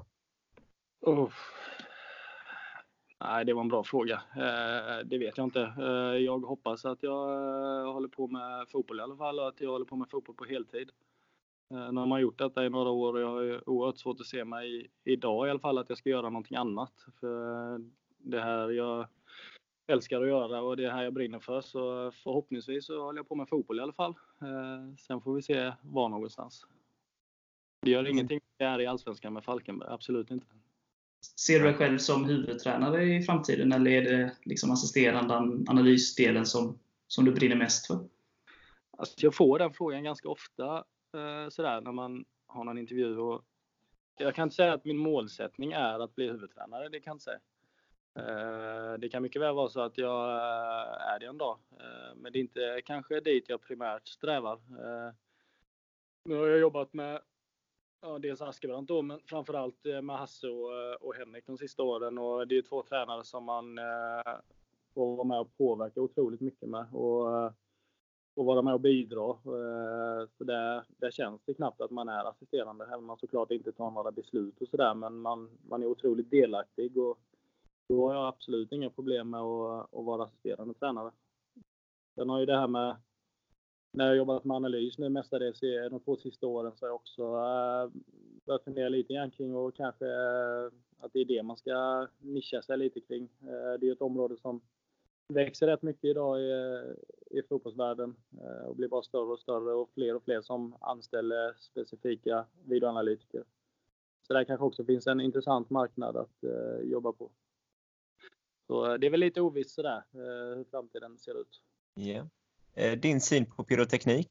Nej, det var en bra fråga. Det vet jag inte. Jag hoppas att jag håller på med fotboll i alla fall. Och att jag håller på med fotboll på heltid. När man har gjort detta i några år. Och jag har oerhört svårt att se mig idag i alla fall att jag ska göra någonting annat. För det här jag älskar att göra och det här jag brinner för. Så förhoppningsvis så håller jag på med fotboll i alla fall. Sen får vi se var någonstans. Det gör ingenting det är i Allsvenskan med Falkenberg. Absolut inte. Ser du dig själv som huvudtränare i framtiden eller är det liksom assisterande analysdelen som du brinner mest för? Alltså jag får den frågan ganska ofta sådär när man har någon intervju. Och jag kan inte säga att min målsättning är att bli huvudtränare. Det kan jag inte säga. Det kan mycket väl vara så att jag är det en dag. Men det är inte kanske dit jag primärt strävar. Nu har jag jobbat med dels Askebrant då, men framförallt med Hasse och Henrik de sista åren. Och det är 2 tränare som man får vara med och påverka otroligt mycket med. Och vara med och bidra. Så där känns det knappt att man är assisterande. Även om man såklart inte tar några beslut och sådär. Men man är otroligt delaktig. Och då har jag absolut inga problem med att vara assisterande tränare. Sen har ju det här med när jag jobbat med analys nu mestadels de 2 sista åren, så har jag också börjat fundera lite grann kring, och kanske att det är det man ska nischa sig lite kring. Det är ett område som växer rätt mycket idag i fotbollsvärlden och blir bara större och större, och fler som anställer specifika videoanalytiker. Så där kanske också finns en intressant marknad att jobba på. Så det är väl lite ovisst sådär hur framtiden ser ut. Yeah. Din syn på pyroteknik?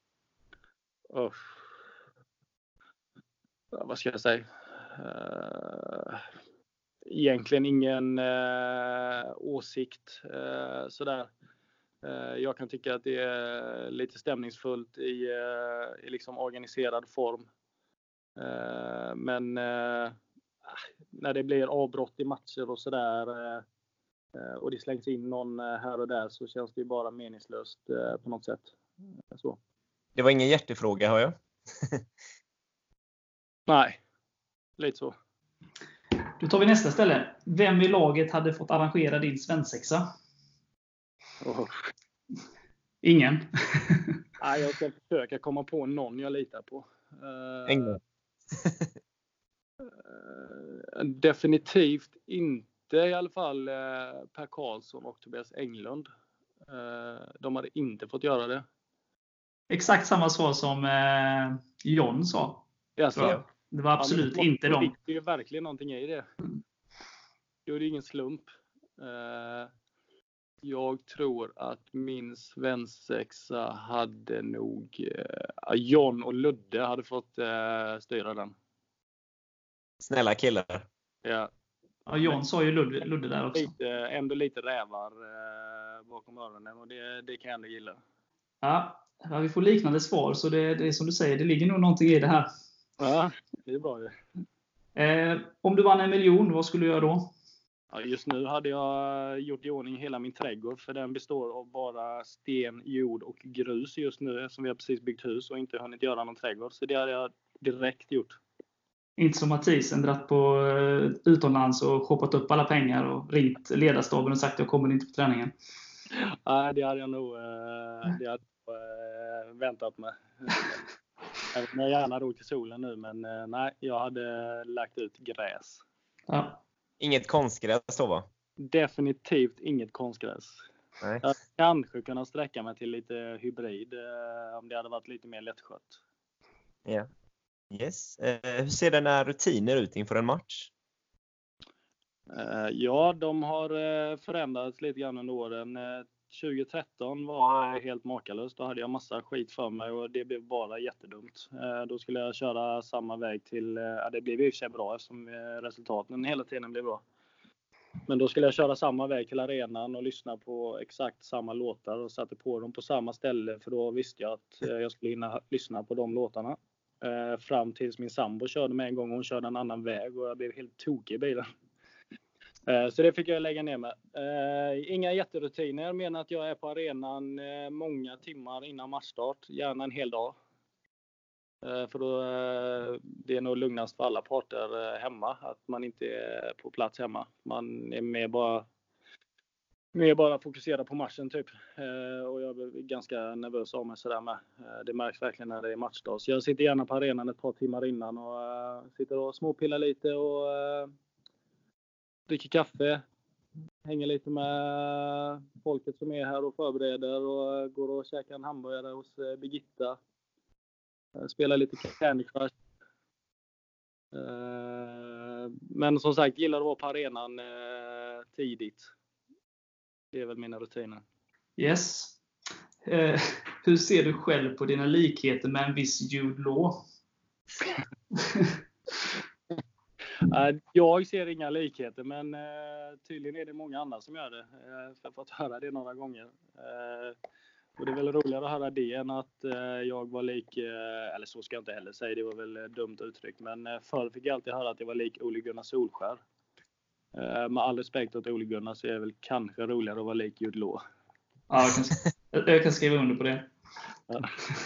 Vad ska jag säga? Egentligen ingen åsikt sådär. Jag kan tycka att det är lite stämningsfullt i liksom organiserad form. Men när det blir avbrott i matcher och sådär, och det slängs in någon här och där, så känns det ju bara meningslöst på något sätt. Så. Det var ingen hjärtefråga, hör jag. Nej, lite så. Då tar vi nästa ställe. Vem i laget hade fått arrangera din svensexa? Ingen. Nej, jag ska försöka komma på någon jag litar på. England. Definitivt inte i alla fall Per Karlsson och Tobias Englund. De hade inte fått göra det. Exakt samma svar som John sa. Alltså, det var absolut inte de. Det är ju verkligen någonting i det. Det är ingen slump. Jag tror att min svensexa hade nog John och Ludde hade fått styra den. Snälla killar. Ja. Ja, John sa ju Ludde där också. Ändå lite rävar bakom öronen, och det kan jag ändå gilla. Ja, vi får liknande svar, så det är som du säger, det ligger nog någonting i det här. Ja, det är bra ju. Om du vann 1 miljon, vad skulle du göra då? Ja, just nu hade jag gjort i ordning hela min trädgård, för den består av bara sten, jord och grus just nu, som vi har precis byggt hus och inte hunnit göra någon trädgård. Så det hade jag direkt gjort. Inte som Mathisen dratt på utomlands och shoppat upp alla pengar och ringt ledarstaben och sagt att jag kommer inte på träningen. Nej, det hade jag nog väntat med. Jag gärna drog till solen nu, men nej, jag hade lagt ut gräs. Ja. Inget konstgräs då, va? Definitivt inget konstgräs. Nej. Jag kanske kunna sträcka mig till lite hybrid om det hade varit lite mer lättskött. Ja. Yes. Hur ser dina rutiner ut inför en match? Ja, de har förändrats lite grann under åren. 2013 var helt makalöst. Då hade jag massa skit för mig och det blev bara jättedumt. Då skulle jag köra samma väg till... det blev i och för sig bra eftersom resultaten hela tiden blev bra. Men då skulle jag köra samma väg till arenan och lyssna på exakt samma låtar och satte på dem på samma ställe, för då visste jag att jag skulle hinna lyssna på de låtarna. Fram tills min sambo körde med en gång och hon körde en annan väg och jag blev helt tokig i bilen. Så det fick jag lägga ner med. Inga jätterutiner, men att jag är på arenan många timmar innan matchstart, gärna en hel dag. För då det är nog lugnast för alla parter hemma att man inte är på plats hemma. Man är mer bara fokuserad på matchen typ. Och jag är ganska nervös av mig sådär med. Det märks verkligen när det är matchdag. Så jag sitter gärna på arenan ett par timmar innan och sitter och småpillar lite och dricker kaffe. Hänger lite med folket som är här och förbereder och går och käkar en hamburgare hos Birgitta. Spelar lite Candy Crush. Men som sagt, gillar att vara på arenan tidigt. Det är väl mina rutiner. Yes. Hur ser du själv på dina likheter med en viss Jude Law? Jag ser inga likheter, men tydligen är det många andra som gör det. Jag har fått höra det några gånger. Och det är väl roligare att höra det än att jag var lik, eller så ska jag inte heller säga, det var väl dumt uttryckt. Men förr fick jag alltid höra att jag var lik Ole Gunnar Solskjær. Med all respekt åt Ole Gunnar så är det väl kanske roligare att vara lik Jude Law. Ja, jag kan skriva under på det. Ja.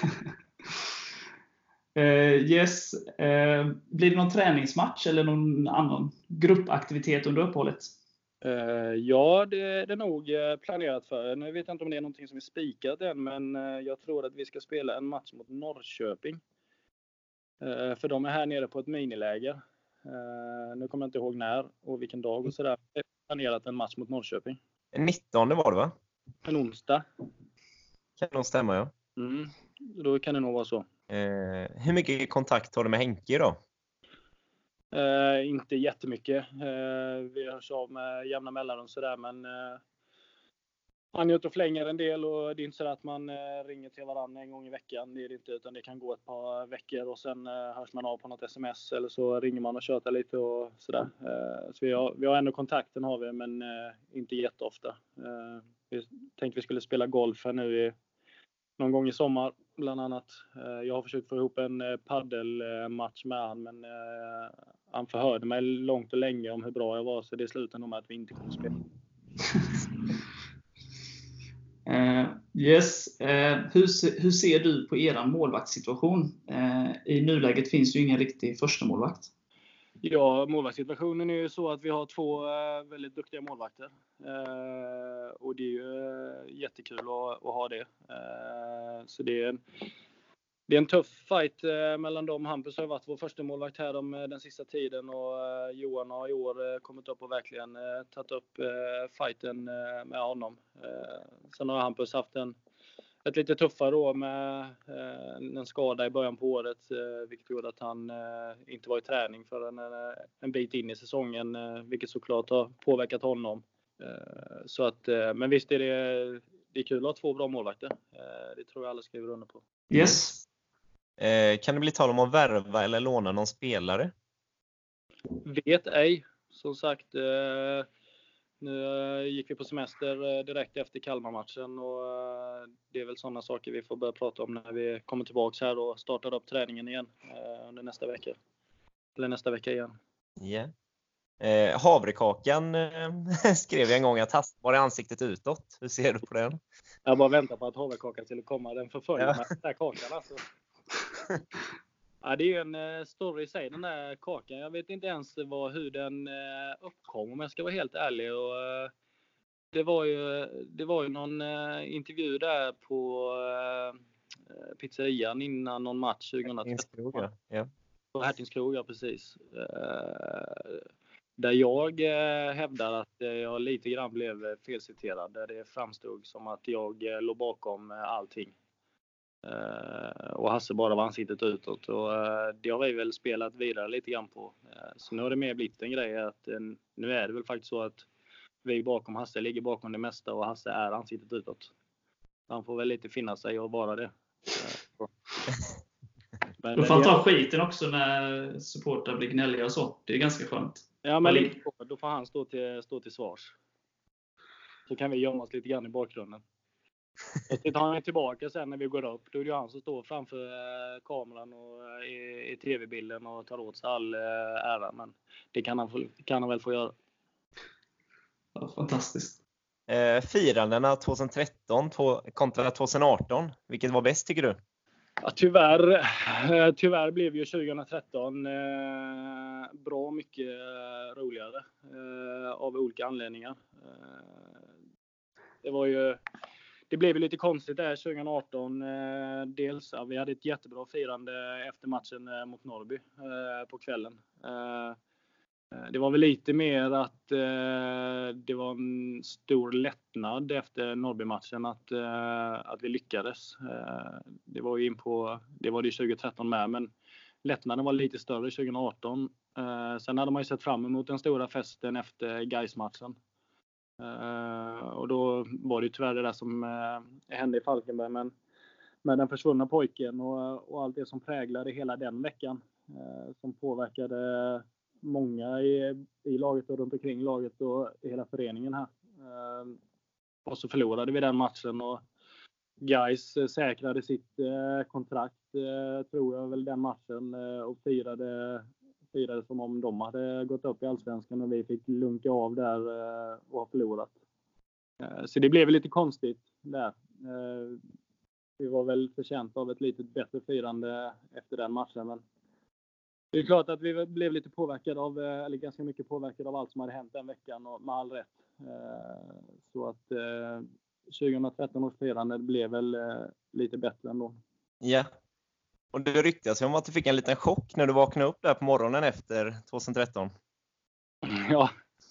Yes. Blir det någon träningsmatch eller någon annan gruppaktivitet under uppehållet? Ja, det är det nog planerat för. Nu vet jag inte om det är någonting som är spikat än, men jag tror att vi ska spela en match mot Norrköping. För de är här nere på ett miniläger. Nu kommer jag inte ihåg när och vilken dag och sådär. Det är planerat en match mot Norrköping. 19 var det, va? En onsdag. Kan nog stämma, ja. Då kan det nog vara så. Hur mycket kontakt har du med Henke då? Inte jättemycket. Vi hörs av med jämna mellanrum sådär, men han är ute och flänger en del och det är inte så att man ringer till varandra en gång i veckan. Det är det inte, utan det kan gå ett par veckor och sen hörs man av på något sms eller så ringer man och tjötar lite och sådär. Så vi har ändå kontakten har vi, men inte jätteofta. Vi tänkte vi skulle spela golf här nu någon gång i sommar bland annat. Jag har försökt få ihop en paddelmatch med han, men han förhörde mig långt och länge om hur bra jag var, så det slutade nog med att vi inte kommer spela. Yes. Hur ser du på er målvaktssituation? I nuläget finns ju ingen riktig första målvakt. Ja, målvaktssituationen är ju så att vi har 2 väldigt duktiga målvakter. Och det är ju jättekul att ha det. Så det är en tuff fight mellan dem. Hampus har varit vår första målvakt här den sista tiden, och Johan har i år kommit upp och verkligen tagit upp fighten med honom. Sen har Hampus haft ett lite tuffare år med en skada i början på året, vilket gjorde att han inte var i träning förrän en bit in i säsongen, vilket såklart har påverkat honom. Så att, men visst är det är kul att ha 2 bra målvakter. Det tror jag alla skriver under på. Yes. Kan det bli tal om att värva eller låna någon spelare? Vet ej. Som sagt, nu gick vi på semester direkt efter Kalmar-matchen, och det är väl sådana saker vi får börja prata om när vi kommer tillbaka här och startar upp träningen igen under nästa vecka. Eller nästa vecka igen. Yeah. Havrekakan skrev jag en gång att Hasse var i ansiktet utåt. Hur ser du på den? Jag bara väntar på att havrekakan skulle komma. Den förföljer mig, den där kakan alltså. Ja, det är ju en story i sig, den där kakan. Jag vet inte ens hur den uppkom, om jag ska vara helt ärlig. Och det var ju någon intervju där på pizzerian innan någon match 2013. Ja. På Hertingskrog, ja, precis. Där jag hävdar att jag lite grann blev felciterad. Där det framstod som att jag låg bakom allting. Och Hasse bara var ansiktet utåt. Och det har vi väl spelat vidare lite grann på. Så nu har det mer blivit en grej att nu är det väl faktiskt så att vi bakom Hasse ligger bakom det mesta och Hasse är ansiktet utåt. Han får väl lite finna sig och vara det. Då får han ta skiten också när supportrar blir gnälliga och så. Det är ganska skönt. Ja, men då får han stå till svars. Så kan vi gömma oss lite grann i bakgrunden. Och så tar han tillbaka sen när vi går upp. Då är det han som står framför kameran och i tv-bilden och tar åt sig all ära. Men det kan han väl få göra. Ja, fantastiskt. Firandena 2013 kontra 2018. Vilket var bäst tycker du? Ja, tyvärr blev ju 2013 bra mycket roligare av olika anledningar. Det blev ju lite konstigt där 2018. Dels vi hade ett jättebra firande efter matchen mot Norrby på kvällen. Det var väl lite mer att det var en stor lättnad efter Norrby-matchen att vi lyckades. Det var ju det 2013 med, men lättnaden var lite större 2018. Sen hade man ju sett fram emot den stora festen efter Gais-matchen. Och då var det tyvärr det där som hände i Falkenberg, men med den försvunna pojken och allt det som präglade hela den veckan, som påverkade många i laget och runt omkring laget och i hela föreningen här. Och så förlorade vi den matchen, och Gais säkrade sitt kontrakt, tror jag väl, den matchen, och firade som om de hade gått upp i Allsvenskan och vi fick lunka av där och ha förlorat. Så det blev lite konstigt där. Vi var väl förtjänta av ett lite bättre firande efter den matchen, men Det är klart att vi blev lite påverkade av, eller ganska mycket påverkade av allt som hade hänt den veckan, och med all rätt. Så att 2013 års firande blev väl lite bättre ändå. Ja. Och det ryktas om att du fick en liten chock när du vaknade upp där på morgonen efter 2013. Ja.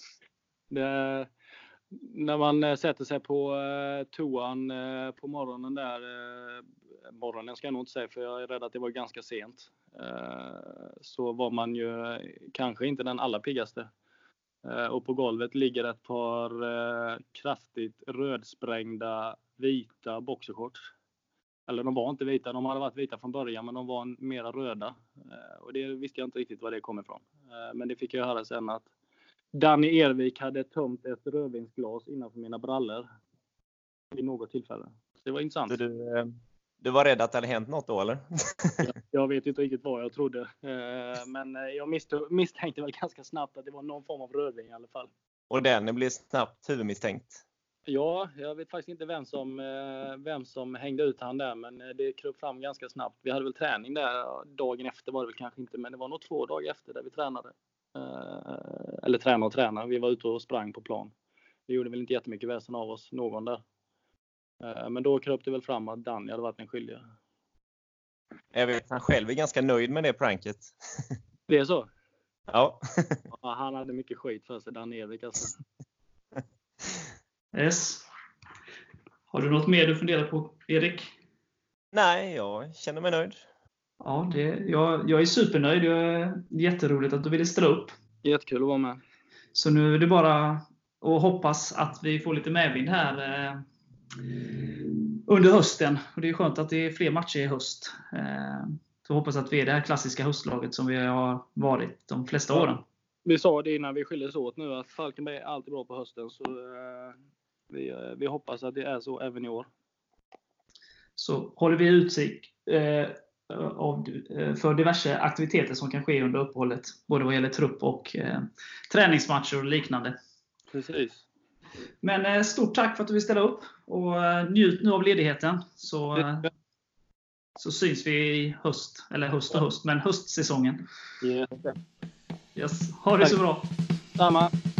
När man sätter sig på toan på morgonen där, morgonen ska jag nog inte säga för jag är rädd att det var ganska sent, så var man ju kanske inte den allra piggaste. Och på golvet ligger ett par kraftigt rödsprängda vita boxershorts. Eller de var inte vita, de hade varit vita från början men de var mera röda. Och det visste jag inte riktigt var det kom ifrån. Men det fick jag höra sen att Danny Ervik hade tömt ett rödvinsglas innanför mina brallor vid något tillfälle. Så det var intressant. Så du var rädd att det hade hänt något då, eller? Jag vet inte riktigt vad jag trodde. Men jag misstänkte väl ganska snabbt att det var någon form av rödvin i alla fall. Och den blev snabbt huvudmisstänkt. Ja, jag vet faktiskt inte vem som hängde ut han där, men det kröp fram ganska snabbt. Vi hade väl träning där dagen efter var det väl kanske inte, men det var nog 2 dagar efter där vi tränade. Eller tränade. Vi var ute och sprang på plan. Det gjorde väl inte jättemycket väsen av oss, någon där. Men då kröp det väl fram att Danny hade varit en skyldig. Jag vet att han själv är ganska nöjd med det pranket. Det är så? Ja. Ja, han hade mycket skit för sig, Danny Ervik alltså. Yes. Har du något mer du funderar på, Erik? Nej, jag känner mig nöjd. Ja, jag är supernöjd. Det är jätteroligt att du ville ställa upp. Jättekul att vara med. Så nu är det bara att hoppas att vi får lite medvind här under hösten. Och det är skönt att det är fler matcher i höst. Så hoppas att vi är det här klassiska höstlaget som vi har varit de flesta åren. Vi sa det innan vi skildes åt nu att Falkenberg är alltid bra på hösten. Så vi hoppas att det är så även i år. Så håller vi utkik för diverse aktiviteter som kan ske under uppehållet. Både vad gäller trupp och träningsmatcher och liknande. Precis. Men stort tack för att du vill ställa upp. Och njut nu av ledigheten. Så syns vi i höst. Eller höst, men höstsäsongen. Yeah. Yes. Ha det så bra. Samma.